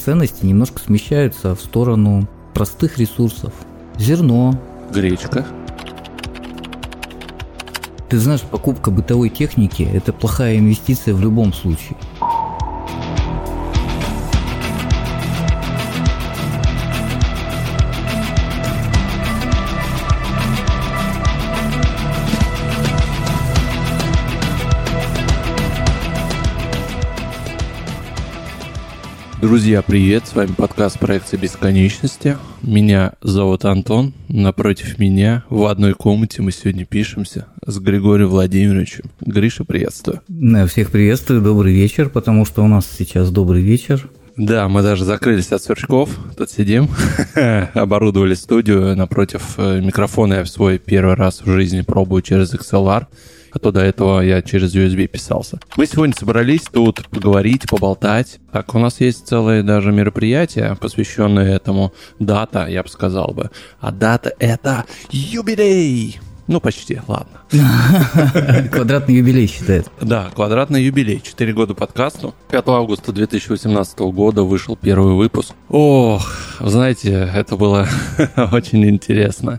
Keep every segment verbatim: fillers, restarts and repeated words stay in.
ценности немножко смещаются в сторону простых ресурсов. Зерно. Гречка. Ты знаешь, покупка бытовой техники – это плохая инвестиция в любом случае. Друзья, привет! С вами подкаст проекции бесконечности. Меня зовут Антон. Напротив меня в одной комнате мы сегодня пишемся с Григорием Владимировичем. Гриша, приветствую. Всех приветствую, добрый вечер, потому что у нас сейчас добрый вечер. Да, мы даже закрылись от сверчков, тут сидим, оборудовали студию, напротив микрофона я в свой первый раз в жизни пробую через икс эл ар, а то до этого я через ю эс би писался. Мы сегодня собрались тут поговорить, поболтать. Так, у нас есть целое даже мероприятие, посвященное этому. Дата, я бы сказал бы. А дата — это юбилей! Ну, почти, ладно. Квадратный юбилей считается. Да, квадратный юбилей. Четыре года подкасту. пятого августа две тысячи восемнадцатого года вышел первый выпуск. Ох, знаете, это было очень интересно.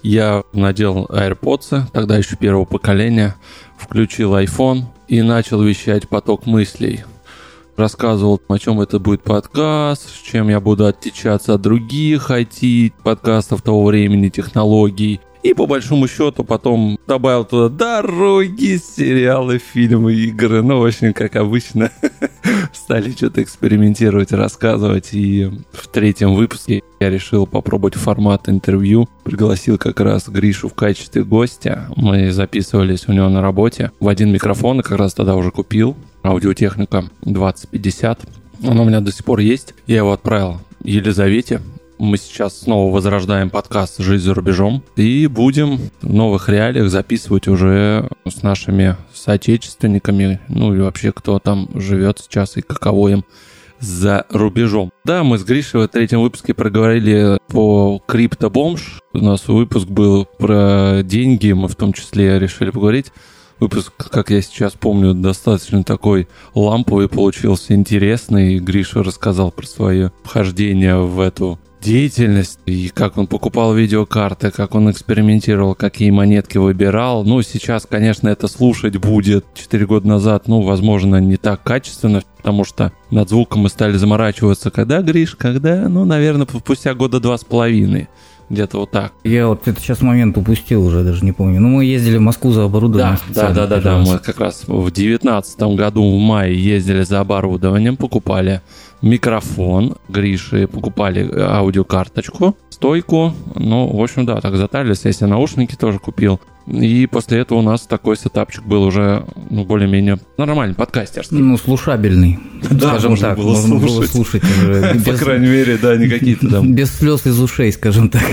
Я надел AirPods, тогда еще первого поколения, включил iPhone и начал вещать поток мыслей. Рассказывал, о чем это будет подкаст, чем я буду отличаться от других ай ти-подкастов того времени, технологий. И по большому счету потом добавил туда дороги, сериалы, фильмы, игры. Ну, в общем, как обычно, стали что-то экспериментировать, рассказывать. И в третьем выпуске я решил попробовать формат интервью. Пригласил как раз Гришу в качестве гостя. Мы записывались у него на работе в один микрофон, и как раз тогда уже купил. Аудиотехника двадцать пятьдесят. Он у меня до сих пор есть. Я его отправил Елизавете. Мы сейчас снова возрождаем подкаст «Жизнь за рубежом» и будем в новых реалиях записывать уже с нашими соотечественниками, ну и вообще кто там живет сейчас и каково им за рубежом. Да, мы с Гришей в третьем выпуске проговорили по криптобомж. У нас выпуск был про деньги, мы в том числе решили поговорить. Выпуск, как я сейчас помню, достаточно такой ламповый получился, интересный. Гриша рассказал про свое вхождение в эту деятельность, и как он покупал видеокарты, как он экспериментировал, какие монетки выбирал. Ну, сейчас, конечно, это слушать будет четыре года назад, ну, возможно, не так качественно, потому что над звуком мы стали заморачиваться. Когда, Гриш? Когда? Ну, наверное, спустя года два с половиной. Где-то вот так. Я вот это сейчас момент упустил уже, даже не помню. Ну, мы ездили в Москву за оборудованием. Да, да, да, да, мы как раз в девятнадцатом году в мае ездили за оборудованием, покупали микрофон Гриши, покупали аудиокарточку, стойку. Ну, в общем, да, так затарились. Я себе наушники тоже купил. И после этого у нас такой сетапчик был уже, ну, более-менее нормальный, подкастерский. Ну, слушабельный, да, скажем можно так. Было можно слушать. было слушать уже. По крайней мере, да, не какие-то там... Без слез из ушей, скажем так.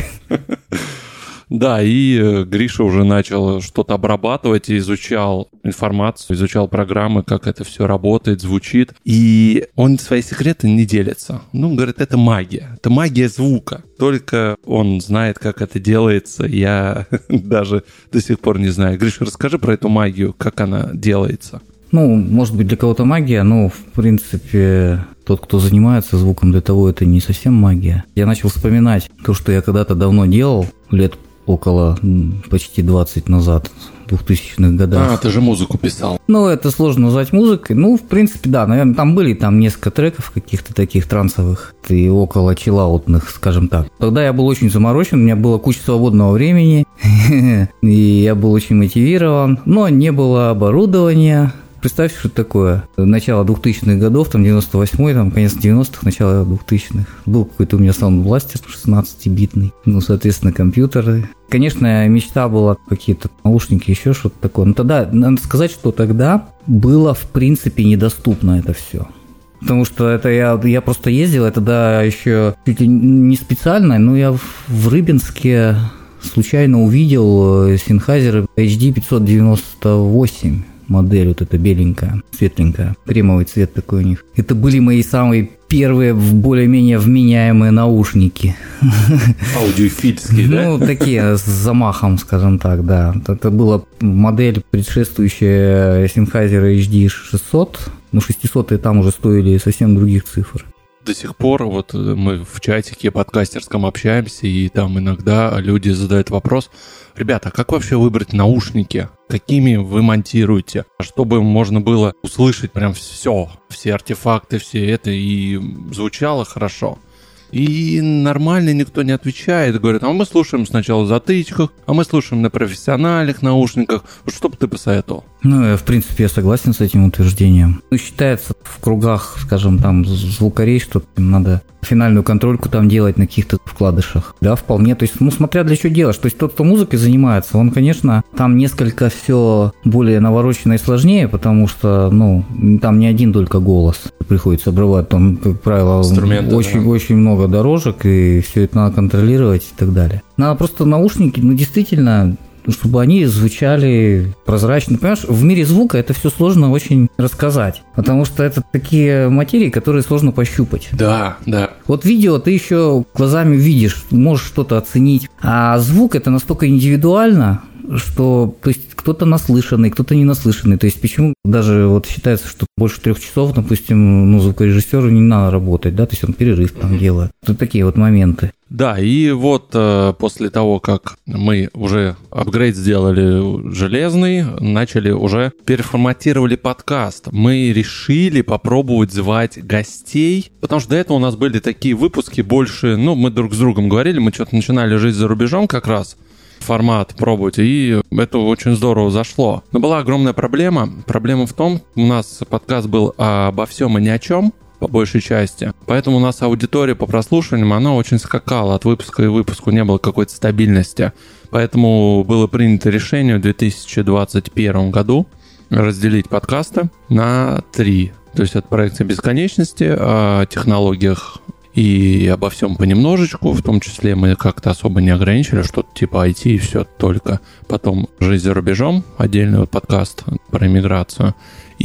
Да, и Гриша уже начал что-то обрабатывать и изучал информацию, изучал программы, как это все работает, звучит. И он свои секреты не делится. Ну, говорит, это магия. Это магия звука. Только он знает, как это делается. Я даже до сих пор не знаю. Гриша, расскажи про эту магию, как она делается. Ну, может быть, для кого-то магия, но, в принципе, тот, кто занимается звуком, для того это не совсем магия. Я начал вспоминать то, что я когда-то давно делал, лет около почти двадцать назад, в двухтысячных годах. А, ты же музыку писал. Ну, это сложно назвать музыкой. Ну, в принципе, да, наверное, там были там несколько треков каких-то таких трансовых и около чиллаутных, скажем так. Тогда я был очень заморочен, у меня была куча свободного времени, и я был очень мотивирован, но не было оборудования. Представь, что это такое. Начало двухтысячных годов, там девяносто восьмой, там конец девяностых, начало двухтысячных. Был какой-то у меня саундбластер шестнадцатибитный, ну, соответственно, компьютеры. Конечно, мечта была какие-то наушники, еще что-то такое. Но тогда, надо сказать, что тогда было, в принципе, недоступно это все. Потому что это я, я просто ездил, я тогда еще чуть ли не специально, но я в Рыбинске случайно увидел Sennheiser эйч ди пятьсот девяносто восемь. Модель вот эта беленькая, светленькая, кремовый цвет такой у них. Это были мои самые первые более-менее вменяемые наушники. Аудиофильские, да? Ну, такие с замахом, скажем так, да. Это была модель, предшествующая Sennheiser эйч ди шестьсот, но шестисотые там уже стоили совсем других цифр. до сих пор вот мы в чатике подкастерском общаемся, и там иногда люди задают вопрос: ребята, а как вообще выбрать наушники? Какими вы монтируете? Чтобы можно было услышать прям все, все артефакты, все это, и звучало хорошо. И нормально никто не отвечает. Говорят, а мы слушаем сначала в затычках, а мы слушаем на профессиональных наушниках. Что бы ты посоветовал? Ну, в принципе, я согласен с этим утверждением. Ну, считается в кругах, скажем, там, звукарей, что им надо финальную контрольку там делать на каких-то вкладышах. Да, вполне. То есть, ну, смотря для чего делаешь. То есть, тот, кто музыкой занимается, он, конечно, там несколько все более наворочено и сложнее, потому что, ну, там не один только голос приходится обрывать. Там, как правило, очень, да. очень много дорожек, и все это надо контролировать и так далее. Надо просто наушники, ну, действительно, чтобы они звучали прозрачно. Понимаешь, в мире звука это все сложно очень рассказать, потому что это такие материи, которые сложно пощупать. Да, да. Вот видео ты еще глазами видишь, можешь что-то оценить, а звук это настолько индивидуально, что, то есть, кто-то наслышанный, кто-то не наслышанный. То есть, почему даже вот считается, что больше трех часов, допустим, ну, звукорежиссеру не надо работать, да, то есть он перерыв там делает. Тут такие вот моменты. Да, и вот э, после того, как мы уже апгрейд сделали железный, начали уже переформатировали подкаст. Мы решили попробовать звать гостей, потому что до этого у нас были такие выпуски больше, ну, мы друг с другом говорили, мы что-то начинали жить за рубежом как раз, формат пробовать, и это очень здорово зашло. Но была огромная проблема. Проблема в том, у нас подкаст был обо всем и ни о чем, по большей части. Поэтому у нас аудитория по прослушиваниям, она очень скакала. От выпуска и выпуску не было какой-то стабильности. Поэтому было принято решение в две тысячи двадцать первом году разделить подкасты на три. То есть от проекта бесконечности, о технологиях и обо всем понемножечку, в том числе мы как-то особо не ограничили, что-то типа ай ти и все только. Потом «Жизнь за рубежом», отдельный вот подкаст про иммиграцию,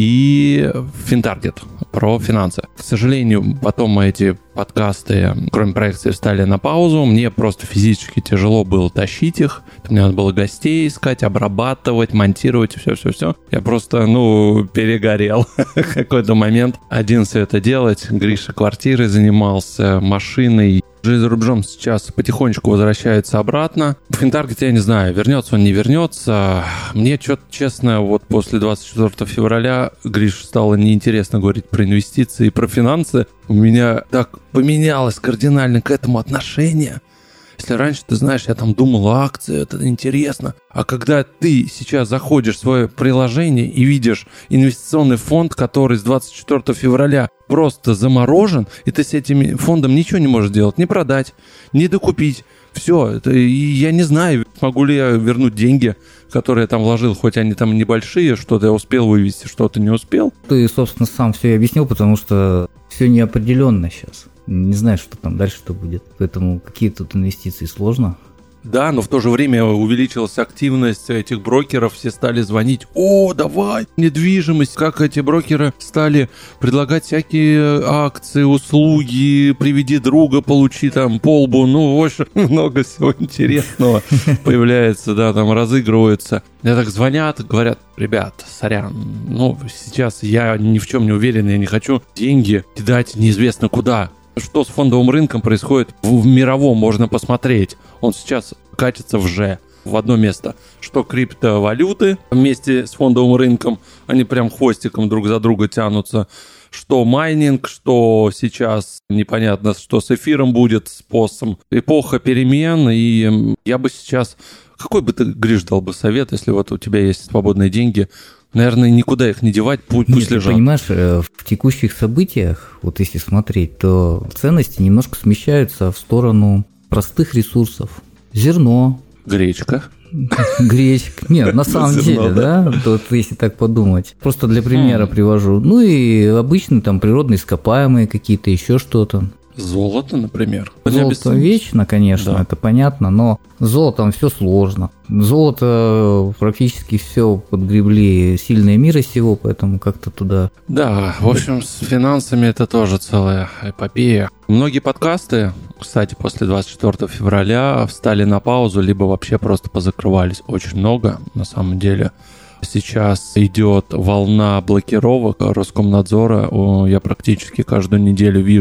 и «Финтаргет» про финансы. К сожалению, потом мы эти подкасты, кроме проекции, встали на паузу. Мне просто физически тяжело было тащить их. Мне надо было гостей искать, обрабатывать, монтировать, все-все-все. Я просто, ну, перегорел в какой-то момент. Один все это делать. Гриша квартирой занимался, машиной. «Жизнь за рубежом» сейчас потихонечку возвращается обратно. «Финтаргет» я не знаю, вернется он, не вернется. Мне что-то, честно, вот после двадцать четвёртого февраля, Гриш, стало неинтересно говорить про инвестиции и про финансы. У меня так поменялось кардинально к этому отношение. Если раньше, ты знаешь, я там думал, акции, это интересно. А когда ты сейчас заходишь в свое приложение и видишь инвестиционный фонд, который с двадцать четвёртого февраля просто заморожен, и ты с этим фондом ничего не можешь делать, не продать, не докупить. Все, это, и я не знаю, могу ли я вернуть деньги, которые я там вложил, хоть они там небольшие, что-то я успел вывести, что-то не успел. Ты, собственно, сам все и объяснил, потому что все неопределенно сейчас. Не знаешь, что там дальше-то будет. Поэтому какие тут инвестиции сложно. Да, но в то же время увеличилась активность этих брокеров, все стали звонить: о, давай, недвижимость, как эти брокеры стали предлагать всякие акции, услуги, приведи друга, получи там полбу, ну, очень много всего интересного появляется, да, там разыгрывается. Мне так звонят, говорят: ребят, сорян, ну, сейчас я ни в чем не уверен, я не хочу деньги кидать неизвестно куда. Что с фондовым рынком происходит в мировом, можно посмотреть. Он сейчас катится в Ж, в одно место. Что криптовалюты вместе с фондовым рынком, они прям хвостиком друг за друга тянутся. Что майнинг, что сейчас непонятно, что с эфиром будет, с посом. Эпоха перемен, и я бы сейчас... Какой бы ты, Гриш, дал бы совет, если вот у тебя есть свободные деньги? Наверное, никуда их не девать, пусть, Нет, пусть лежат. Ты понимаешь, в текущих событиях, вот если смотреть, то ценности немножко смещаются в сторону простых ресурсов. Зерно. Гречка. Гречка. Нет, на самом деле, да, вот если так подумать. Просто для примера привожу. Ну и обычные там природные ископаемые какие-то, еще что-то. Золото, например. Золото вечно, конечно, да. Это понятно, но с золотом все сложно. Золото практически все подгребли сильные мира сего, поэтому как-то туда... Да, в общем, с финансами это тоже целая эпопея. Многие подкасты, кстати, после двадцать четвёртого февраля встали на паузу, либо вообще просто позакрывались. Очень много, на самом деле. Сейчас идет волна блокировок Роскомнадзора. Я практически каждую неделю вижу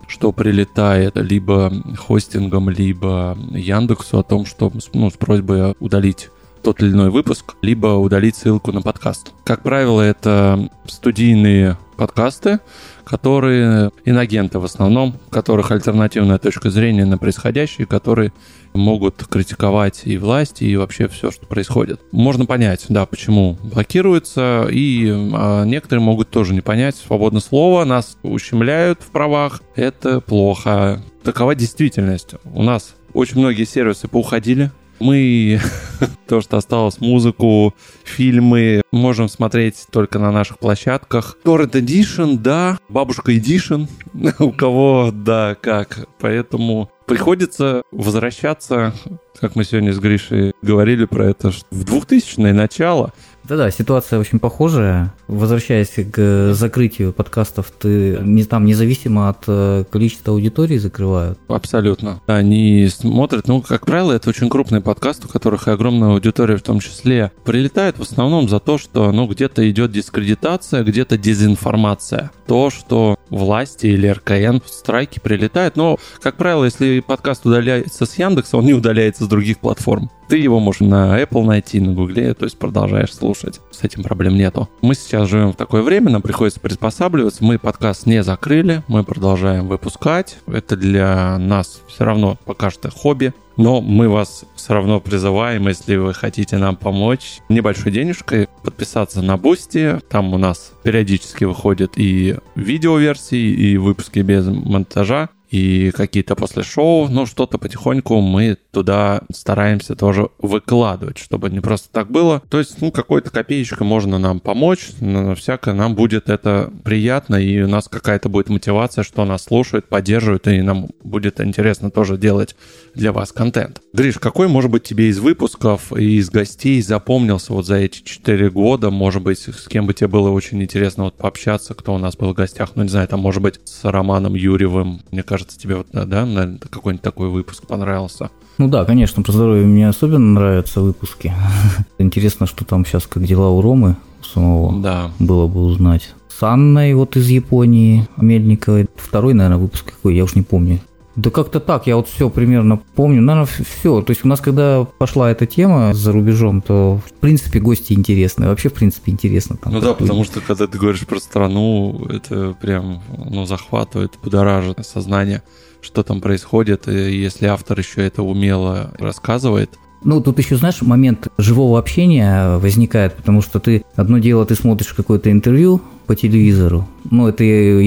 что прилетает либо хостингом, либо Яндексу о том, что, ну, с просьбой удалить тот или иной выпуск, либо удалить ссылку на подкаст. Как правило, это студийные подкасты, которые инагенты в основном, у которых альтернативная точка зрения на происходящее, которые могут критиковать и власть, и вообще все, что происходит. Можно понять, да, почему блокируется, и а, некоторые могут тоже не понять. Свободное слово, нас ущемляют в правах, это плохо. Такова действительность. У нас очень многие сервисы поуходили. Мы то, что осталось, музыку, фильмы, можем смотреть только на наших площадках. Torrent Edition, да, Бабушка Edition, у кого, да, как. Поэтому приходится возвращаться, как мы сегодня с Гришей говорили про это, в двухтысячные начало. Да-да, ситуация очень похожая. Возвращаясь к закрытию подкастов, ты не, там независимо от количества аудитории закрывают? Абсолютно. Они смотрят, ну, как правило, это очень крупные подкасты, у которых и огромная аудитория в том числе. Прилетают в основном за то, что, ну, где-то идет дискредитация, где-то дезинформация. То, что власти или эр ка эн в страйке прилетают. Но, как правило, если подкаст удаляется с Яндекса, он не удаляется с других платформ. Ты его можешь на Apple найти, на Гугле, то есть продолжаешь слушать. С этим проблем нету. Мы сейчас живем в такое время, нам приходится приспосабливаться. Мы подкаст не закрыли, мы продолжаем выпускать. Это для нас все равно пока что хобби. Но мы вас все равно призываем, если вы хотите нам помочь, небольшой денежкой подписаться на Boosty. Там у нас периодически выходят и видеоверсии, и выпуски без монтажа, и какие-то после шоу, но что-то потихоньку мы туда стараемся тоже выкладывать, чтобы не просто так было. То есть, ну, какой-то копеечкой можно нам помочь, но всякое нам будет это приятно, и у нас какая-то будет мотивация, что нас слушают, поддерживают, и нам будет интересно тоже делать для вас контент. Гриш, какой, может быть, тебе из выпусков и из гостей запомнился вот за эти четыре года, может быть, с кем бы тебе было очень интересно вот пообщаться, кто у нас был в гостях, ну, не знаю, там, может быть, с Романом Юрьевым, мне кажется, Кажется, тебе вот, да, наверное, какой-нибудь такой выпуск понравился? Ну да, конечно, про здоровье мне особенно нравятся выпуски. Интересно, что там сейчас, как дела у Ромы самого, да. Было бы узнать. С Анной вот из Японии, Мельниковой. Второй, наверное, выпуск какой, я уж не помню. Да как-то так, я вот все примерно помню. Наверное, все. То есть у нас, когда пошла эта тема за рубежом, то, в принципе, гости интересные. Вообще, в принципе, интересно. Там ну да, потому что, когда ты говоришь про страну, это прям, ну, захватывает, будоражит сознание, что там происходит. И если автор еще это умело рассказывает. Ну, тут еще, знаешь, момент живого общения возникает, потому что ты, одно дело, ты смотришь какое-то интервью по телевизору, ну, это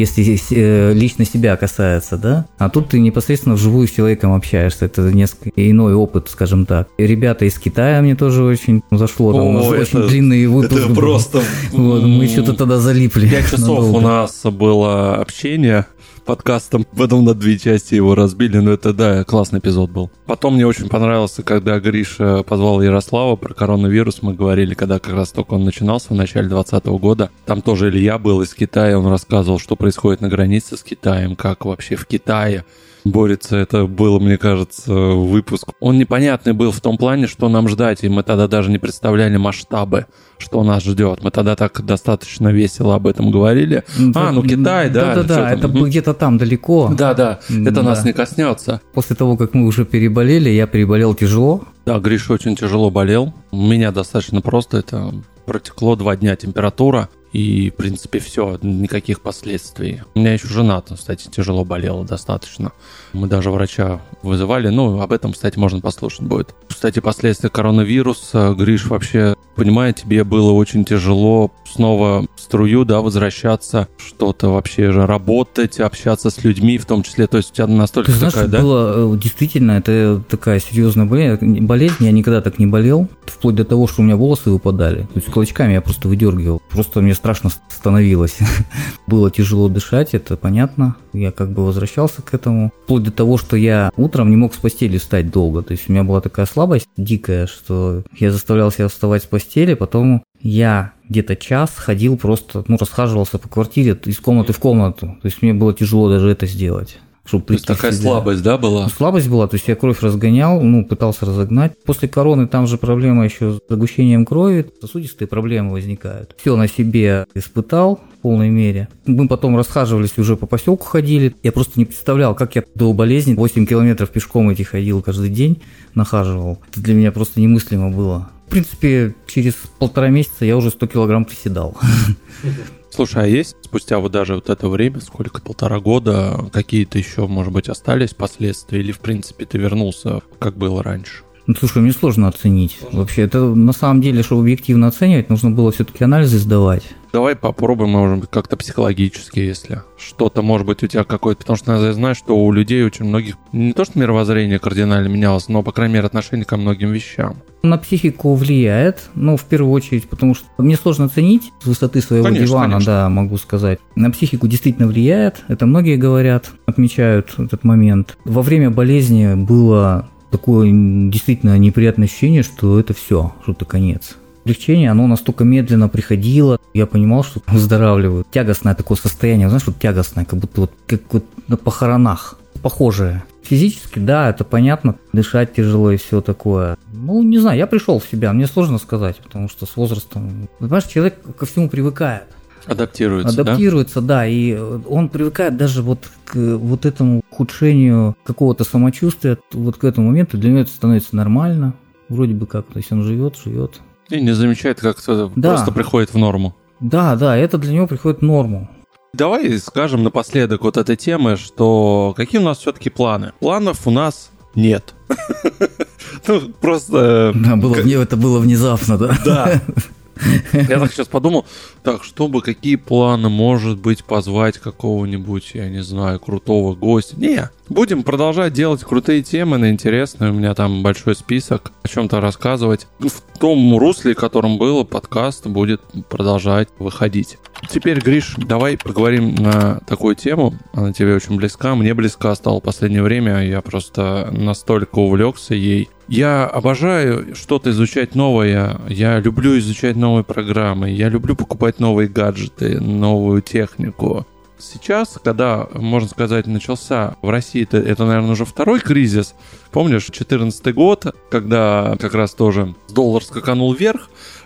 если лично себя касается, да, а тут ты непосредственно вживую с человеком общаешься, это несколько иной опыт, скажем так. И ребята из Китая мне тоже очень зашло, там, О, у нас это, очень длинные выпуски. Это просто... Вот, мы что-то тогда залипли. Пять часов надолго. У нас было общение подкастом, потом на две части его разбили, но это, да, классный эпизод был. Потом мне очень понравился, когда Гриша позвал Ярослава про коронавирус, мы говорили, когда как раз только он начинался в начале двадцатого года, там тоже Илья был из Китая, он рассказывал, что происходит на границе с Китаем, как вообще в Китае борется. Это был, мне кажется, выпуск. Он непонятный был в том плане, что нам ждать, и мы тогда даже не представляли масштабы, что нас ждет. Мы тогда так достаточно весело об этом говорили. Да, а, ну Китай, да. Да-да-да, это mm-hmm. где-то там далеко. Да-да, это да. Нас не коснется. После того, как мы уже переболели, я переболел тяжело. Да, Гриша очень тяжело болел. У меня достаточно просто, это протекло два дня температура. И, в принципе, все, никаких последствий. У меня еще жена, кстати, тяжело болела достаточно. Мы даже врача вызывали. Ну, об этом, кстати, можно послушать будет. Кстати, последствия коронавируса. Гриш, вообще, понимаю, тебе было очень тяжело снова в струю, да, возвращаться, что-то вообще же работать, общаться с людьми в том числе. То есть у тебя настолько Ты знаешь, такая, да? Было, действительно, это такая серьезная болезнь. болезнь. Я никогда так не болел. Вплоть до того, что у меня волосы выпадали. То есть клочками я просто выдергивал. Просто мне страшно становилось. Было тяжело дышать, это понятно. Я как бы возвращался к этому. Вплоть до того, что я утром не мог с постели встать долго. То есть у меня была такая слабость дикая, что я заставлял себя вставать с постели, потом я где-то час ходил просто, ну, расхаживался по квартире из комнаты в комнату. То есть мне было тяжело даже это сделать. чтобы прийти в себя. То есть такая слабость, да, была? Ну, слабость была, то есть я кровь разгонял, ну, пытался разогнать. После короны там же проблема еще с загущением крови, сосудистые проблемы возникают. Все на себе испытал в полной мере. Мы потом расхаживались, уже по поселку ходили. Я просто не представлял, как я до болезни восемь километров пешком эти ходил каждый день, нахаживал. Это для меня просто немыслимо было. В принципе, через полтора месяца я уже сто килограмм приседал. Слушай, а есть спустя вот даже вот это время, сколько, полтора года, какие-то еще, может быть, остались последствия? Или, в принципе, ты вернулся, как было раньше? Ну, слушай, мне сложно оценить. Вообще, это на самом деле, чтобы объективно оценивать, нужно было все-таки анализы сдавать. Давай попробуем, может быть, как-то психологически, если что-то, может быть, у тебя какое-то... Потому что я знаю, что у людей очень многих не то что мировоззрение кардинально менялось, но, по крайней мере, отношение ко многим вещам. На психику влияет, ну, в первую очередь, потому что мне сложно оценить с высоты своего конечно, дивана, конечно. Да, могу сказать. На психику действительно влияет, это многие говорят, отмечают этот момент. Во время болезни было такое действительно неприятное ощущение, что это все, что это конец. Облегчение, оно настолько медленно приходило, я понимал, что выздоравливаю. Тягостное такое состояние, знаешь, вот тягостное, как будто вот как вот на похоронах, похожее. Физически, да, это понятно, дышать тяжело и все такое. Ну, не знаю, я пришел в себя, мне сложно сказать, потому что с возрастом, понимаешь, человек ко всему привыкает. Адаптируется, Адаптируется, да? да, и он привыкает даже вот к вот этому ухудшению какого-то самочувствия, вот к этому моменту, для него это становится нормально, вроде бы как, то есть он живет, живет. И не замечает, как это да. просто приходит в норму. Да, да, это для него приходит в норму. Давай скажем напоследок вот этой темы, что какие у нас все-таки планы? Планов у нас нет. Ну, просто... Это было внезапно, да? Да. Я так сейчас подумал, так, чтобы, какие планы, может быть, позвать какого-нибудь, я не знаю, крутого гостя. Не, будем продолжать делать крутые темы, на интересные, у меня там большой список, о чем-то рассказывать. В том русле, в котором было, подкаст будет продолжать выходить. Теперь, Гриш, давай поговорим на такую тему, она тебе очень близка, мне близка стала в последнее время, я просто настолько увлекся ей. Я обожаю что-то изучать новое, я люблю изучать новые программы, я люблю покупать новые гаджеты, новую технику. Сейчас, когда, можно сказать, начался в России, это, это наверное, уже второй кризис. Помнишь, две тысячи четырнадцатый год, когда как раз тоже доллар скаканул вверх,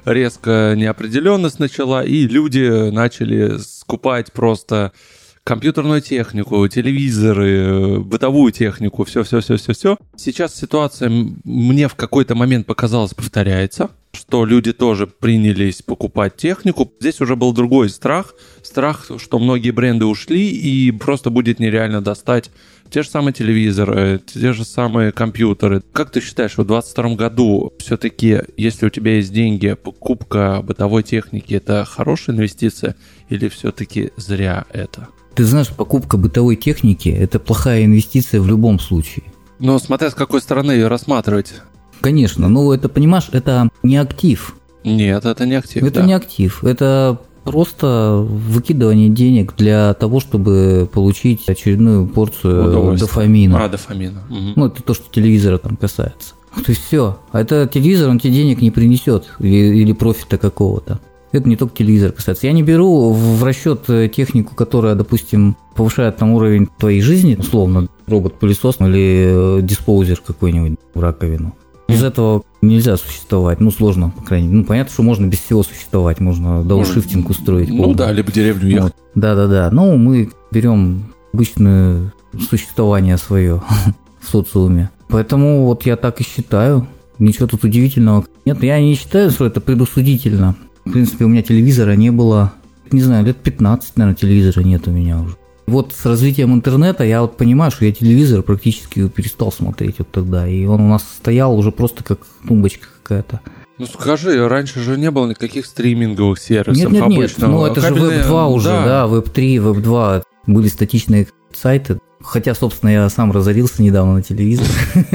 резко неопределенность начала, и люди начали скупать просто компьютерную технику, телевизоры, бытовую технику, все-все-все-все-все. Сейчас ситуация мне в какой-то момент показалось повторяется, что люди тоже принялись покупать технику. Здесь уже был другой страх. Страх, что многие бренды ушли и просто будет нереально достать те же самые телевизоры, те же самые компьютеры. Как ты считаешь, в двадцать втором году все-таки, если у тебя есть деньги, покупка бытовой техники – это хорошая инвестиция или все-таки зря это? Ты знаешь, покупка бытовой техники – это плохая инвестиция в любом случае. Но смотря с какой стороны ее рассматривать. Конечно, ну это, понимаешь, это не актив. Нет, это не актив, Это да. не актив, это просто выкидывание денег для того, чтобы получить очередную порцию дофамина. А, дофамина. Угу. Ну, это то, что телевизора там касается. То есть все. А это телевизор, он тебе денег не принесет или, или профита какого-то. Это не только телевизор касается. Я не беру в расчет технику, которая, допустим, повышает там уровень твоей жизни, условно, робот-пылесос или диспоузер какой-нибудь в раковину. Без этого нельзя существовать, ну, сложно, по крайней мере. Ну, понятно, что можно без всего существовать, можно дауншифтинг устроить. Ну полный. Да, либо деревню ехать. Вот. Да-да-да, ну, мы берем обычное существование свое в социуме. Поэтому вот я так и считаю, ничего тут удивительного нет. Я не считаю, что это предусудительно. В принципе, у меня телевизора не было, не знаю, лет пятнадцать, наверное, телевизора нет у меня уже. Вот с развитием интернета я вот понимаю, что я телевизор практически перестал смотреть вот тогда, и он у нас стоял уже просто как тумбочка какая-то. Ну скажи, раньше же не было никаких стриминговых сервисов. Нет, нет, нет, ну это кабельные... же веб два уже, да, да веб три, веб два, были статичные сайты. Хотя, собственно, я сам разорился недавно на телевизор.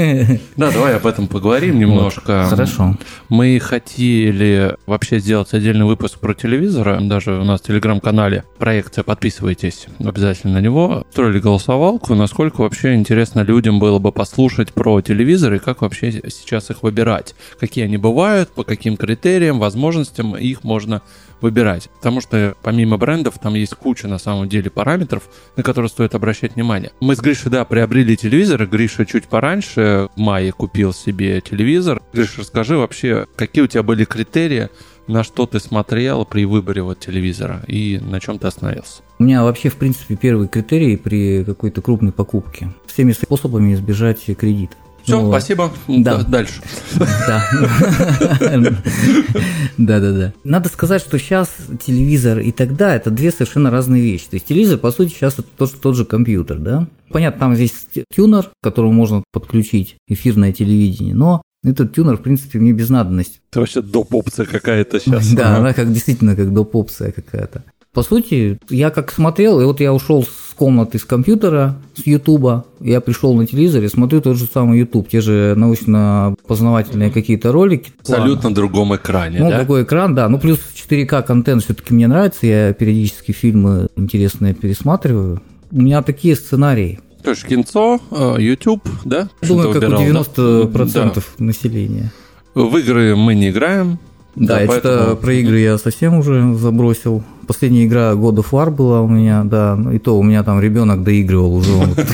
Да, давай об этом поговорим немножко. Хорошо. Мы хотели вообще сделать отдельный выпуск про телевизор. Даже у нас в телеграм-канале проекция, подписывайтесь обязательно на него. Строили голосовалку, насколько вообще интересно людям было бы послушать про телевизоры и как вообще сейчас их выбирать. Какие они бывают, по каким критериям, возможностям их можно выбирать. Потому что помимо брендов там есть куча на самом деле параметров, на которые стоит обращать внимание. Мы с Гришей, да, приобрели телевизор. Гриша чуть пораньше в мае купил себе телевизор. Гриша, расскажи вообще, какие у тебя были критерии, на что ты смотрел при выборе вот телевизора и на чем ты остановился? У меня вообще, в принципе, первый критерий при какой-то крупной покупке – всеми способами избежать кредита. Все, ну, спасибо. Да. Дальше. Да. Да-да-да. Надо сказать, что сейчас телевизор и тогда – это две совершенно разные вещи. То есть телевизор, по сути, сейчас это тот, тот же компьютер, да? Понятно, там здесь тюнер, к которому можно подключить эфирное телевидение, но этот тюнер, в принципе, мне без надобности. Это вообще доп-опция какая-то сейчас. Да, она как действительно как доп-опция какая-то. По сути, я как смотрел, и вот я ушел с комнаты с компьютера, с Ютуба, я пришел на телевизор и смотрю тот же самый Ютуб, те же научно-познавательные какие-то ролики. Абсолютно на другом экране, ну, да? Ну, другой экран, да. Ну, плюс четыре ка контент все-таки мне нравится, я периодически фильмы интересные пересматриваю. У меня такие сценарии. То есть кинцо, YouTube, да? Думаю, как выбирал, у девяноста процентов да? населения. В игры мы не играем. Да, да я поэтому... что-то про игры я совсем уже забросил. Последняя игра God of War была у меня, да, и то у меня там ребенок доигрывал уже.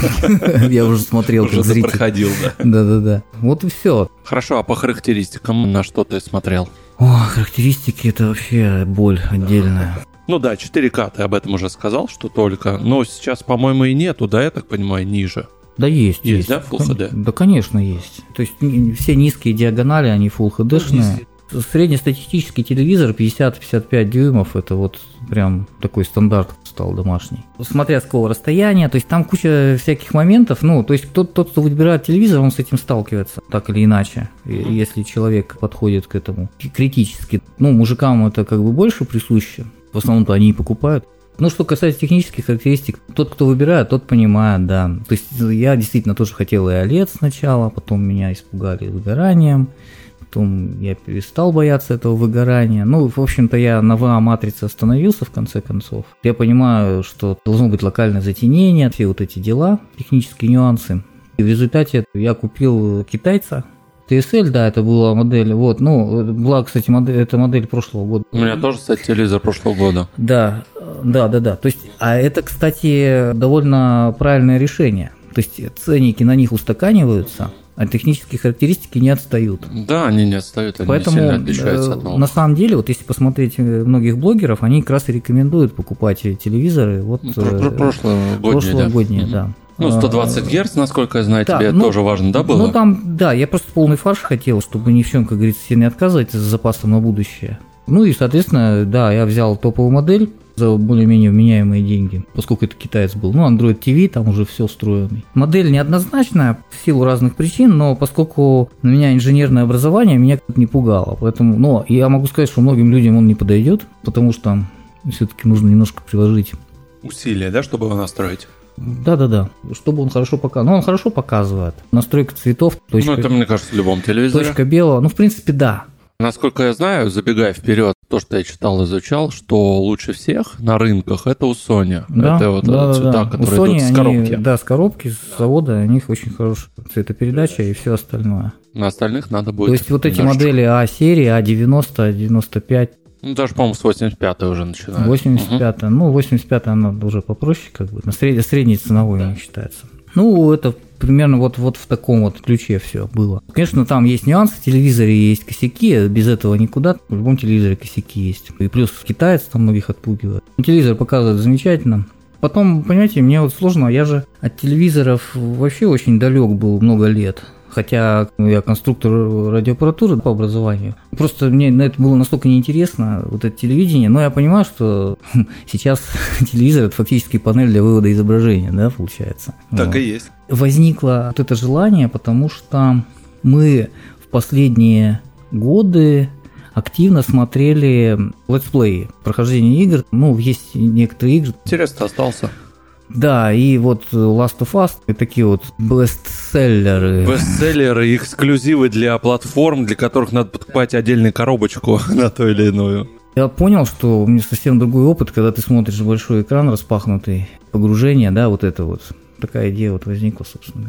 Я уже смотрел как зритель. Уже проходил, да. Да-да-да. Вот и все. Хорошо, а по характеристикам на что ты смотрел? О, характеристики – это вообще боль отдельная. Ну да, четыре ка, ты об этом уже сказал, что только. Но сейчас, по-моему, и нету, да, я так понимаю, ниже. Да есть, есть. Есть, да, Full эйч ди? Да, конечно, есть. То есть все низкие диагонали, они Full эйч ди-шные. Среднестатистический телевизор пятьдесят - пятьдесят пять дюймов, это вот прям такой стандарт стал домашний. Смотря с какого расстояния, то есть там куча всяких моментов, ну, то есть тот, тот, кто выбирает телевизор, он с этим сталкивается, так или иначе, если человек подходит к этому критически. Ну, мужикам это как бы больше присуще, в основном-то они и покупают. Ну, что касается технических характеристик, тот, кто выбирает, тот понимает, да. То есть я действительно тоже хотел и о лед сначала, потом меня испугали выгоранием. Потом я перестал бояться этого выгорания. Ну, в общем-то, я на ви эй-матрице остановился в конце концов. Я понимаю, что должно быть локальное затенение, все вот эти дела, технические нюансы. И в результате я купил китайца. ти эс эль, да, это была модель. Вот, ну, была, кстати, модель, это модель прошлого года. У меня тоже, кстати, телевизор прошлого года. Да, да, да, да. То есть, а это, кстати, довольно правильное решение. То есть ценники на них устаканиваются, а технические характеристики не отстают. Да, они не отстают, они Поэтому, сильно отличаются от новых. На самом деле, вот если посмотреть многих блогеров, они как раз и рекомендуют покупать телевизоры. Вот, прошлогодние, прошлогодние, да. да. Ну, сто двадцать герц, насколько я знаю, да, тебе ну, тоже важно, да, было? Ну, там, да, я просто полный фарш хотел, чтобы ни в чем, как говорится, себе не отказывать с запасом на будущее. Ну и, соответственно, да, я взял топовую модель за более-менее вменяемые деньги, поскольку это китаец был. Ну, Android ти ви, там уже все встроенный. Модель неоднозначная в силу разных причин, но поскольку на меня инженерное образование, меня как-то не пугало. Поэтому, но я могу сказать, что многим людям он не подойдет, потому что все-таки нужно немножко приложить усилия, да, чтобы его настроить? Да-да-да, чтобы он хорошо показывал. Ну, он хорошо показывает. Настройка цветов. Точка, ну, это, мне кажется, в любом телевизоре. Точка белого. Ну, в принципе, да. Насколько я знаю, забегая вперед, то, что я читал, изучал, что лучше всех на рынках это у Sony. Да, это вот да, цвета, да. которые у Sony идут с они, коробки. Да, с коробки, с завода, у них очень хорошая цветопередача и все остальное. На остальных надо будет. То есть вот эти немножечко. модели А-серии, А девяносто, А девяносто пять. Ну, даже, по-моему, с восемьдесят пятой уже начинают. восемьдесят пятая, угу. Ну, восемьдесят пятая она уже попроще, как бы, на средней, средней ценовой да. у них считается. Ну, это примерно вот, вот в таком вот ключе все было. Конечно, там есть нюансы, в телевизоре есть косяки, без этого никуда, в любом телевизоре косяки есть. И плюс китаец там многих отпугивает. Телевизор показывает замечательно. Потом, понимаете, мне вот сложно, я же от телевизоров вообще очень далек был много лет. Хотя я конструктор радиоаппаратуры по образованию. Просто мне это было настолько неинтересно, вот это телевидение. Но я понимаю, что сейчас телевизор – это фактически панель для вывода изображения, да, получается. Так вот. И есть. Возникло вот это желание, потому что мы в последние годы активно смотрели летсплеи, прохождение игр. Ну, есть некоторые игры. Интерес-то остался. Да, и вот Last of Us, и такие вот бестселлеры. Бестселлеры, эксклюзивы для платформ, для которых надо покупать отдельную коробочку на ту или иную. Я понял, что у меня совсем другой опыт, когда ты смотришь большой экран распахнутый, погружение, да, вот это вот. Такая идея вот возникла, собственно говоря.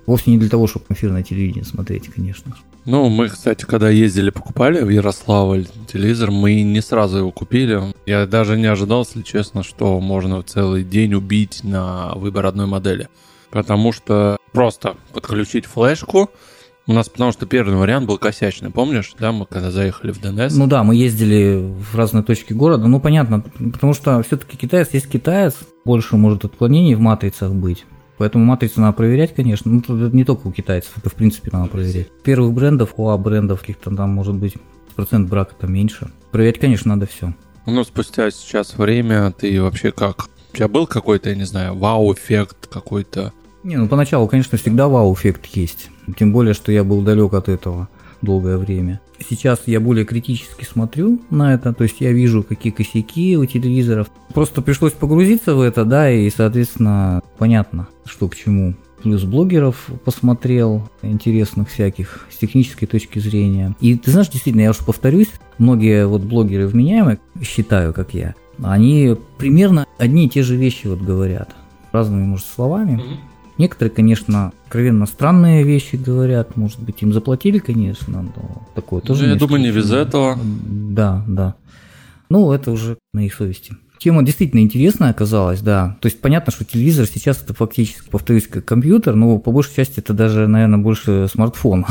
Вовсе не для того, чтобы эфирное телевидение смотреть, конечно. Ну, мы, кстати, когда ездили, покупали в Ярославль телевизор, мы не сразу его купили. Я даже не ожидал, если честно, что можно целый день убить на выбор одной модели. Потому что просто подключить флешку. У нас, потому что первый вариант был косячный, помнишь, да, мы когда заехали в ДНС? Ну да, мы ездили в разные точки города, ну понятно, потому что все-таки китаец есть китаец, больше может отклонений в матрицах быть. Поэтому матрицу надо проверять, конечно. Ну, это не только у китайцев, это в принципе надо проверять. Первых брендов, у А брендов каких-то там может быть процент брака там меньше. Проверять, конечно, надо все. Ну, спустя сейчас время ты вообще как? У тебя был какой-то, я не знаю, вау-эффект какой-то? Не, ну поначалу, конечно, всегда вау-эффект есть. Тем более, что я был далек от этого долгое время. Сейчас я более критически смотрю на это, то есть я вижу, какие косяки у телевизоров. Просто пришлось погрузиться в это, да, и, соответственно, понятно, что к чему. Плюс блогеров посмотрел, интересных всяких, с технической точки зрения. И ты знаешь, действительно, я уж повторюсь, многие вот блогеры вменяемые, считаю, как я, они примерно одни и те же вещи вот говорят, разными, может, словами. Некоторые, конечно, откровенно странные вещи говорят, может быть, им заплатили, конечно, но такое тоже. Ну, я думаю, не без этого. Да, да. Ну, это уже на их совести. Тема действительно интересная оказалась, да. То есть понятно, что телевизор сейчас это фактически, повторюсь, как компьютер, но по большей части это даже, наверное, больше смартфон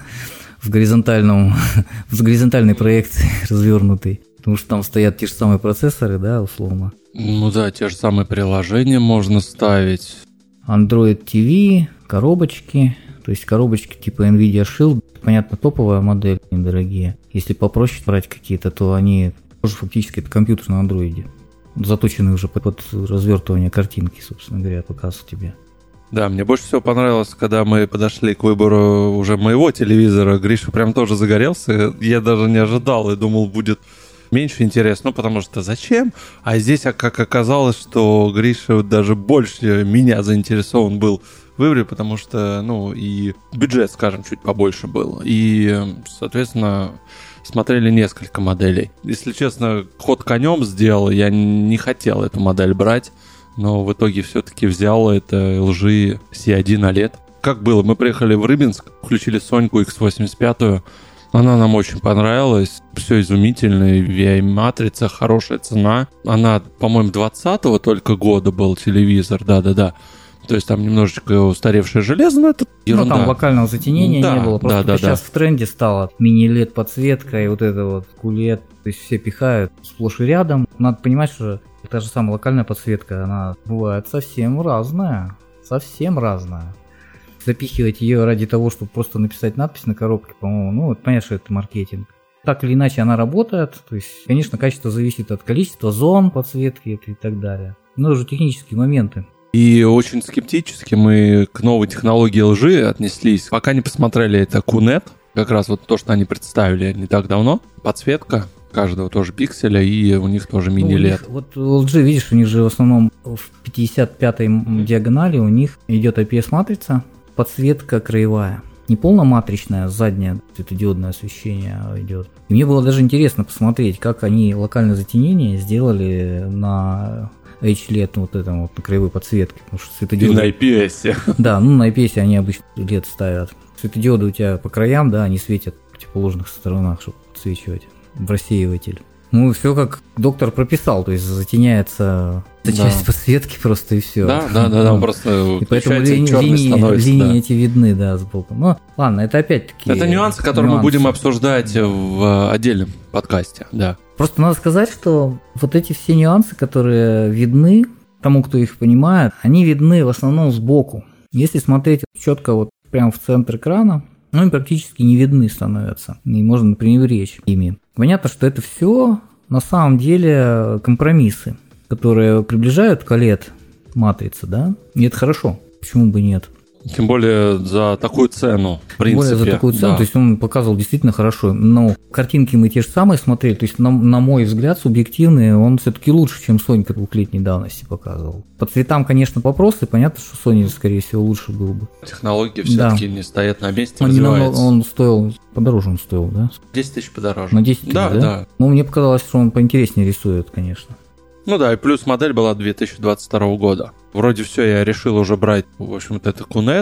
в горизонтальном, в горизонтальной проекции развернутый. Потому что там стоят те же самые процессоры, да, условно. Ну да, те же самые приложения можно ставить. Android ти ви, коробочки, то есть коробочки типа NVIDIA Shield, понятно, топовая модель, недорогие. Если попроще брать какие-то, то они тоже фактически это компьютер на андроиде, заточенный уже под, под развертывание картинки, собственно говоря, показывает тебе. Да, мне больше всего понравилось, когда мы подошли к выбору уже моего телевизора, Гриша прям тоже загорелся, я даже не ожидал и думал, будет меньше интерес, ну потому что зачем? А здесь, как оказалось, что Гриша даже больше меня заинтересован был в выборе, потому что, ну, и бюджет, скажем, чуть побольше был. И, соответственно, смотрели несколько моделей. Если честно, ход конем сделал, я не хотел эту модель брать, но в итоге все-таки взял это эл джи си один о лед. Как было? Мы приехали в Рыбинск, включили Соньку икс восемьдесят пять. Она нам очень понравилась, все изумительно, ви ай-матрица, хорошая цена. Она, по-моему, двадцатого только года был телевизор, да-да-да. То есть там немножечко устаревшее железо, но это ерунда. Ну, там локального затенения да, не было, просто да, да, сейчас да. в тренде стало мини-лед подсветка и вот это вот кулет, то есть все пихают сплошь и рядом. Надо понимать, что та же самая локальная подсветка, она бывает совсем разная, совсем разная. Запихивать ее ради того, чтобы просто написать надпись на коробке, по-моему, ну, это понятно, что это маркетинг. Так или иначе она работает, то есть, конечно, качество зависит от количества зон подсветки и так далее. Но это уже технические моменты. И очень скептически мы к новой технологии эл джи отнеслись. Пока не посмотрели это кью нет, как раз вот то, что они представили не так давно. Подсветка каждого тоже пикселя, и у них тоже мини-лед. Ну, вот эл джи, видишь, у них же в основном в пятьдесят пятой диагонали у них идет ай пи эс-матрица, подсветка краевая. Не полноматричное, заднее светодиодное освещение идет. И мне было даже интересно посмотреть, как они локальное затенение сделали на эйч лед, вот этом вот на краевой подсветке. Потому что светодиоды... И на ай пи эс. Да, ну на ай пи эс они обычно лед ставят. Светодиоды у тебя по краям, да, они светят в противоположных сторонах, чтобы подсвечивать в рассеиватель. Ну, все как доктор прописал, то есть затеняется да. часть подсветки просто и все. Да, да, да, да, просто и поэтому линии, линии, линии да. эти видны, да, сбоку. Ну, ладно, это опять-таки... Это нюансы, которые нюансы. мы будем обсуждать в отдельном подкасте, да. Просто надо сказать, что вот эти все нюансы, которые видны тому, кто их понимает, они видны в основном сбоку. Если смотреть четко вот прямо в центр экрана, ну, они практически не видны становятся, и можно пренебречь ими. Понятно, что это все на самом деле компромиссы, которые приближают к о лед матрице, да, и это хорошо, почему бы нет. Тем более за такую цену, в принципе. Тем более за такую цену, да. То есть он показывал действительно хорошо. Но картинки мы те же самые смотрели, то есть на, на мой взгляд, субъективный, он все-таки лучше, чем Сонька двухлетней давности показывал. По цветам, конечно, вопросы, понятно, что Sony, скорее всего, лучше был бы. Технологии все-таки да. не стоят на месте, он развиваются. Он стоил, подороже он стоил, да? десять тысяч подороже. На десять тысяч, да, да? да? Ну, мне показалось, что он поинтереснее рисует, конечно. Ну да, и плюс модель была две тысячи двадцать второго года. Вроде все, я решил уже брать, в общем-то, это кью нет.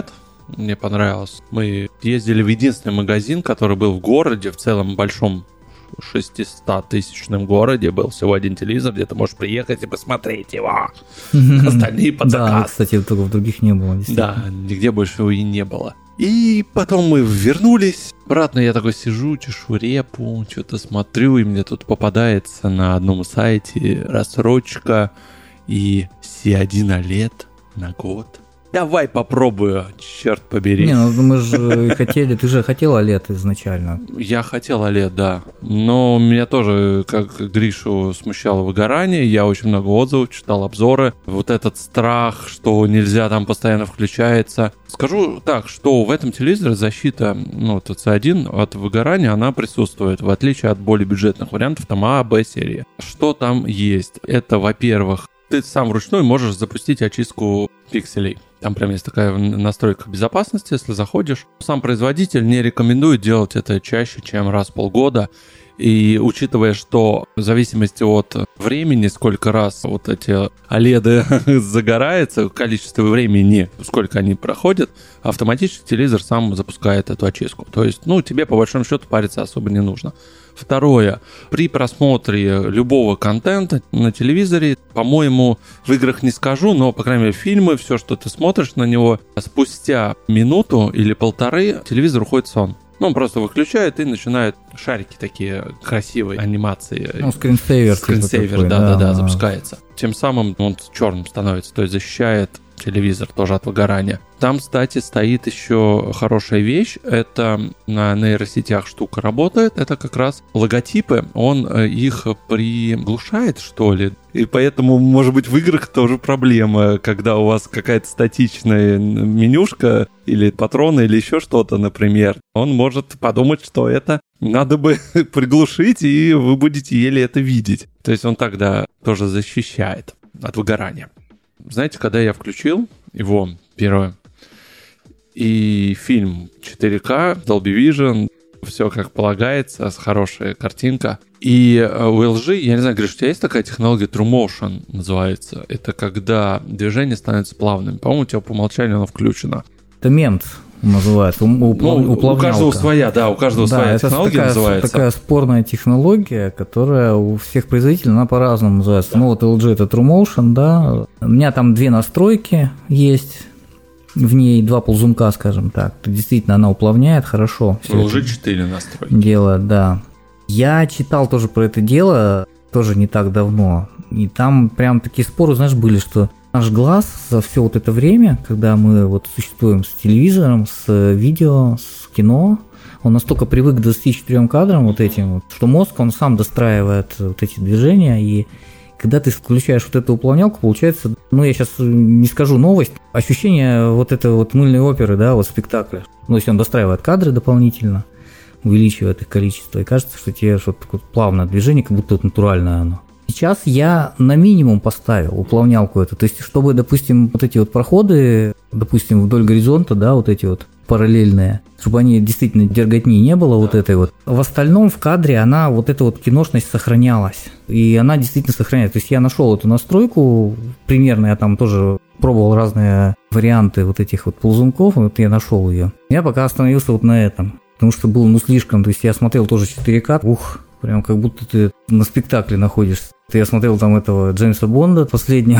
Мне понравилось. Мы ездили в единственный магазин, который был в городе, в целом большом шестистотысячном городе. Был всего один телевизор, где ты можешь приехать и посмотреть его. Остальные под заказ. Да, кстати, только в других не было. Да, нигде больше его и не было. И потом мы вернулись. Обратно я такой сижу, чешу репу, что-то смотрю, и мне тут попадается на одном сайте рассрочка и си один о лед на год. Давай попробую, черт побери. Не, ну мы же хотели, ты же хотел о лед изначально. Я хотел о лед, да. Но меня тоже, как Гришу, смущало выгорание. Я очень много отзывов читал, обзоры. Вот этот страх, что нельзя, там постоянно включается. Скажу так, что в этом телевизоре защита, ну, ти си один от выгорания, она присутствует, в отличие от более бюджетных вариантов, там А, Б серии. Что там есть? Это, во-первых, ты сам вручную можешь запустить очистку пикселей. Там прям есть такая настройка безопасности, если заходишь. Сам производитель не рекомендует делать это чаще, чем раз в полгода. И учитывая, что в зависимости от времени, сколько раз вот эти о леды загораются, количество времени, сколько они проходят, автоматически телевизор сам запускает эту очистку. То есть, ну, тебе по большому счету париться особо не нужно. Второе. При просмотре любого контента на телевизоре, по-моему, в играх не скажу, но, по крайней мере, фильмы, все, что ты смотришь на него, спустя минуту или полторы телевизор уходит в сон. Ну, он просто выключает и начинает шарики такие красивые, анимации. Ну, скринсейвер. Скринсейвер, да-да-да, запускается. Тем самым он черным становится, то есть защищает телевизор тоже от выгорания. Там, кстати, стоит еще хорошая вещь. Это на нейросетях штука работает. Это как раз логотипы. Он их приглушает, что ли. И поэтому, может быть, в играх тоже проблема, когда у вас какая-то статичная менюшка или патроны или еще что-то, например. Он может подумать, что это надо бы приглушить, и вы будете еле это видеть. То есть он тогда тоже защищает от выгорания. Знаете, когда я включил его первое, и фильм четыре ка, Dolby Vision, все как полагается, хорошая картинка. И у эл джи, я не знаю, Гриш, у тебя есть такая технология True Motion, называется? Это когда движение становится плавным. По-моему, у тебя по умолчанию оно включено. Это мент называется, уплав... ну, у каждого своя, да, у каждого да, своя технология такая, называется. Это такая спорная технология, которая у всех производителей, она по-разному называется. Да. Ну вот эл джи это True Motion, да. У меня там две настройки есть, в ней два ползунка, скажем так. Действительно, она уплавняет хорошо. У эл джи четыре настройки. Делает, да. Я читал тоже про это дело, тоже не так давно. И там прям такие споры, знаешь, были, что наш глаз за все вот это время, когда мы вот существуем с телевизором, с видео, с кино, он настолько привык к двадцати четырем кадрам вот этим, вот, что мозг, он сам достраивает вот эти движения, и когда ты включаешь вот эту уплавнялку, получается, ну я сейчас не скажу новость, ощущение вот этой вот мыльной оперы, да, вот спектакля. Ну, если он достраивает кадры дополнительно, увеличивает их количество, и кажется, что тебе что-то такое плавное движение, как будто это натуральное оно. Сейчас я на минимум поставил уплавнялку эту, то есть, чтобы, допустим, вот эти вот проходы, допустим, вдоль горизонта, да, вот эти вот параллельные, чтобы они действительно дерготни не было вот этой вот. В остальном в кадре она, вот эта вот киношность сохранялась, и она действительно сохраняется. То есть я нашел эту настройку, примерно я там тоже пробовал разные варианты вот этих вот ползунков, вот я нашел ее. Я пока остановился вот на этом, потому что было ну слишком, то есть я смотрел тоже четыре ка, ух, прям как будто ты на спектакле находишься. Я смотрел там этого Джеймса Бонда последнего.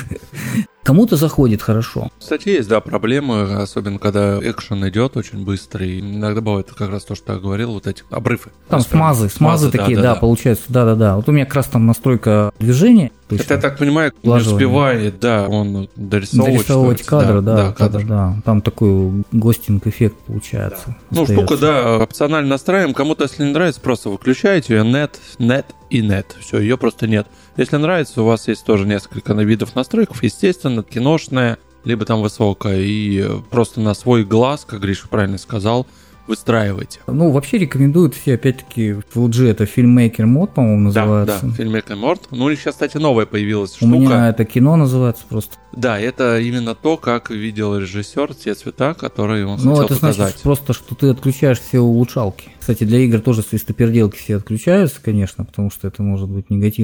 Кому-то заходит хорошо. Кстати, есть, да, проблемы, особенно когда экшен идет очень быстрый. Иногда бывает как раз то, что я говорил, вот эти обрывы. Там смазы, смазы такие, да, да, да, получается, да-да-да. Вот у меня как раз там настройка движения. Это, я так понимаю, не успевает, да, он дорисовывать. Дорисовывать кадры, да, да, кадр. да. Там такой гостинг-эффект получается. Да. Ну, штука, да, опционально настраиваем. Кому-то, если не нравится, просто выключаете ее, нет, нет и нет. Все, ее просто нет. Если нравится, у вас есть тоже несколько видов настройок, естественно, киношная, либо там высокая, и просто на свой глаз, как Гриша правильно сказал, выстраивайте. Ну, вообще рекомендуют все, опять-таки, в эл джи это Filmmaker Mode, по-моему, называется. Да, да, Filmmaker Mode. Ну, сейчас, кстати, новая появилась штука. У меня это кино называется просто. Да, это именно то, как видел режиссер, те цвета, которые он ну, хотел это показать. Значит просто, что ты отключаешь все улучшалки. Кстати, для игр тоже свистоперделки все отключаются, конечно, потому что это может быть негативно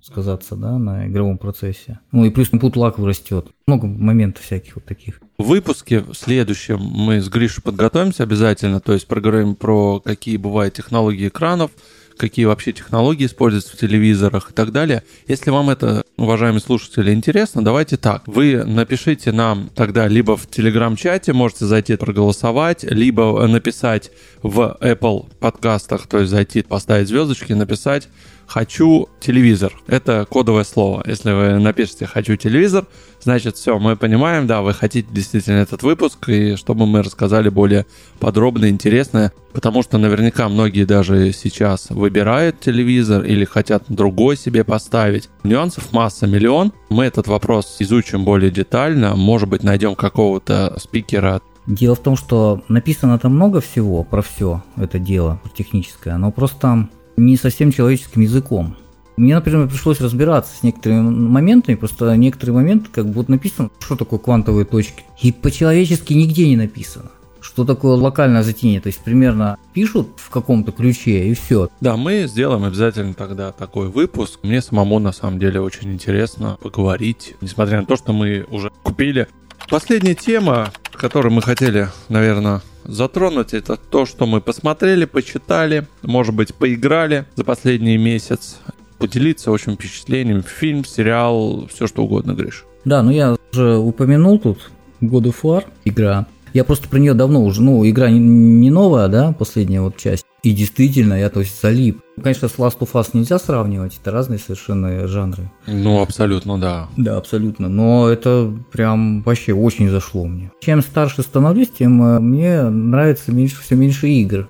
сказаться, да, на игровом процессе. Ну и плюс input lag растет. Много моментов всяких вот таких. В выпуске в следующем мы с Гришей подготовимся обязательно, то есть проговорим про какие бывают технологии экранов, какие вообще технологии используются в телевизорах и так далее. Если вам это, уважаемые слушатели, интересно, давайте так. Вы напишите нам тогда либо в Telegram-чате, можете зайти проголосовать, либо написать в Apple подкастах, то есть зайти, поставить звездочки, написать «хочу телевизор». Это кодовое слово. Если вы напишите «хочу телевизор», значит, все, мы понимаем, да, вы хотите действительно этот выпуск, и чтобы мы рассказали более подробно, интересно, потому что наверняка многие даже сейчас выбирают телевизор или хотят другой себе поставить. Нюансов масса, миллион. Мы этот вопрос изучим более детально, может быть, найдем какого-то спикера. Дело в том, что написано там много всего про все это дело техническое, но просто не совсем человеческим языком. Мне, например, пришлось разбираться с некоторыми моментами, просто некоторые моменты как бы вот написано, что такое квантовые точки, и по-человечески нигде не написано. Что такое локальное затенение, то есть примерно пишут в каком-то ключе и все. Да, мы сделаем обязательно тогда такой выпуск. Мне самому на самом деле очень интересно поговорить, несмотря на то, что мы уже купили. Последняя тема, которую мы хотели, наверное, затронуть, это то, что мы посмотрели, почитали, может быть, поиграли за последний месяц. Поделиться очень впечатлениями. Фильм, сериал, все что угодно, Гриш. Да, ну я уже упомянул тут God of War, игра. Я просто про нее давно уже, ну, игра не, не новая, да, последняя вот часть. И действительно, я, то есть, залип. Конечно, с Last of Us нельзя сравнивать, это разные совершенно жанры. Ну, абсолютно, да. Да, абсолютно, но это прям вообще очень зашло мне. Чем старше становлюсь, тем мне нравится меньше, все меньше игр.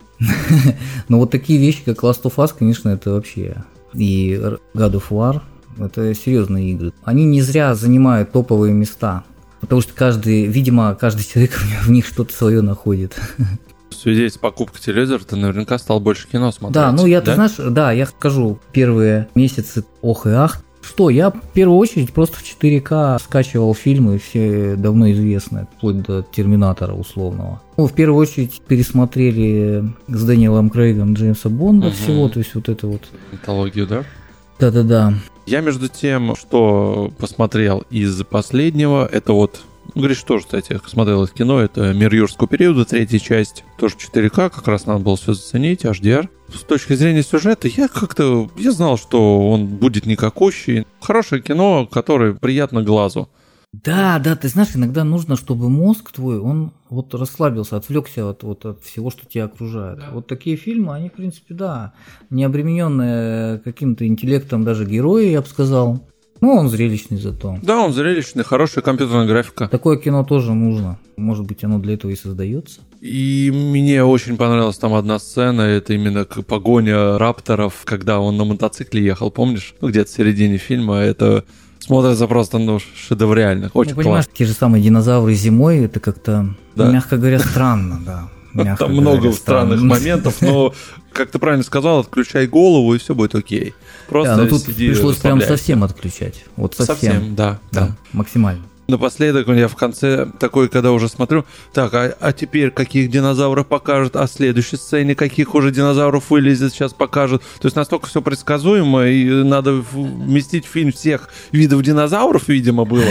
Но вот такие вещи, как Last of Us, конечно, это вообще... И God of War – это серьезные игры. Они не зря занимают топовые места, потому что каждый, видимо, каждый человек в них что-то свое находит. В связи с покупкой телевизора ты наверняка стал больше кино смотреть. Да, ну я, да? ты знаешь, да, я скажу, первые месяцы ох и ах. Что, я в первую очередь просто в четыре ка скачивал фильмы, все давно известные, вплоть до «Терминатора» условного. Ну, в первую очередь пересмотрели с Дэниелом Крейгом Джеймса Бонда угу. всего, то есть вот это вот... Антологию, да? Да-да-да. Я между тем, что посмотрел из последнего, это вот... Гриш тоже, кстати, смотрел это кино, это «Мир юрского периода», третья часть, тоже четыре ка, как раз надо было все заценить, эйч ди ар. С точки зрения сюжета, я как-то, я знал, что он будет никакущий. Хорошее кино, которое приятно глазу. Да, да, ты знаешь, иногда нужно, чтобы мозг твой, он вот расслабился, отвлекся от, вот, от всего, что тебя окружает. Да. Вот такие фильмы, они, в принципе, да, не обремененные каким-то интеллектом даже герои, я бы сказал. Ну, он зрелищный зато. Да, он зрелищный, хорошая компьютерная графика. Такое кино тоже нужно. Может быть, оно для этого и создается. И мне очень понравилась там одна сцена, это именно погоня рапторов, когда он на мотоцикле ехал, помнишь? Ну, где-то в середине фильма, это смотрится просто, ну, шедеврально, очень ну, понимаешь, классно. Те же самые динозавры зимой, это как-то, да? мягко говоря, странно, да. Там много странных моментов, но, как ты правильно сказал, отключай голову, и все будет окей. Просто да, но тут пришлось прям совсем отключать. Вот совсем. Совсем, да, да. да. Максимально. Напоследок я в конце такой, когда уже смотрю, так, а, а теперь каких динозавров покажут, а в следующей сцене каких уже динозавров вылезет, сейчас покажут. То есть настолько все предсказуемо, и надо вместить в фильм всех видов динозавров, видимо, было.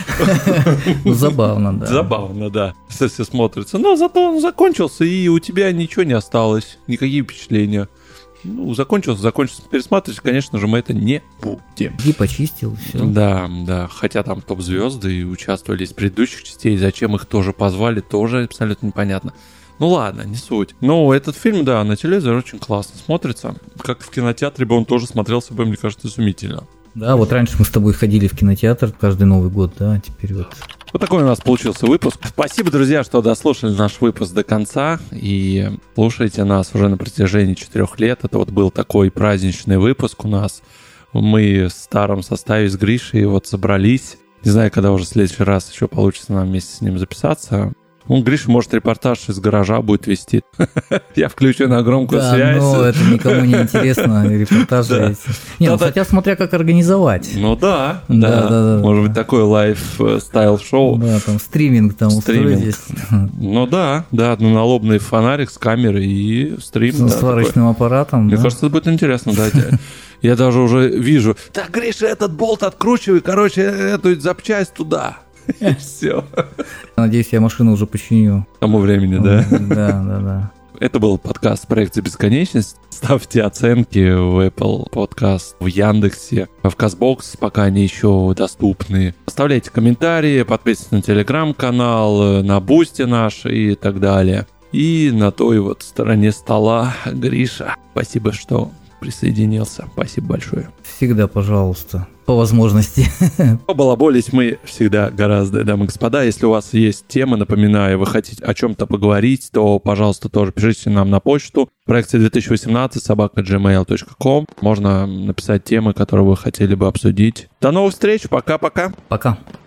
Забавно, да. Забавно, да. Все смотрится. Но зато он закончился, и у тебя ничего не осталось, никакие впечатления. Ну, закончился, закончился пересматривать, конечно же, мы это не будем. И почистил, все. Да, да, хотя там топ-звезды и участвовали из предыдущих частей, зачем их тоже позвали, тоже абсолютно непонятно. Ну ладно, не суть. Но этот фильм, да, на телевизоре очень классно смотрится. Как в кинотеатре бы он тоже смотрелся бы, мне кажется, изумительно. Да, вот раньше мы с тобой ходили в кинотеатр каждый Новый год, да, а теперь вот... Вот такой у нас получился выпуск. Спасибо, друзья, что дослушали наш выпуск до конца и слушаете нас уже на протяжении четырех лет. Это вот был такой праздничный выпуск у нас. Мы в старом составе с Гришей вот собрались. Не знаю, когда уже в следующий раз еще получится нам вместе с ним записаться. Ну, Гриша, может, репортаж из гаража будет вести. Я включу на громкую да, связь. Ну, это никому не интересно, репортажи да. эти. Не, да, ну, да. хотя смотря как организовать. Ну да, да. да, да, да может да. быть, такое лайф-стайл-шоу. Да, там стриминг там устроить здесь. Ну да, да, ну, налобный фонарик с камерой и стрим. С да, сварочным такой. аппаратом. Мне да? кажется, это будет интересно, да. Я даже уже вижу, так, Гриша, этот болт откручивай, короче, эту запчасть туда. И все. Надеюсь, я машину уже починю. К тому времени, да? Да, да, да. Это был подкаст «Проекция бесконечность». Ставьте оценки в Apple Podcast, в Яндексе, в Castbox, пока они еще доступны. Оставляйте комментарии, подписывайтесь на телеграм-канал, на Бусти наш и так далее. И на той вот стороне стола Гриша. Спасибо, что присоединился. Спасибо большое. Всегда, пожалуйста. По возможности. Побалаболить мы всегда гораздо, дамы и господа. Если у вас есть темы, напоминаю, вы хотите о чем-то поговорить, то, пожалуйста, тоже пишите нам на почту проекция две тысячи восемнадцать собака джи мейл точка ком. Можно написать темы, которые вы хотели бы обсудить. До новых встреч. Пока-пока. Пока.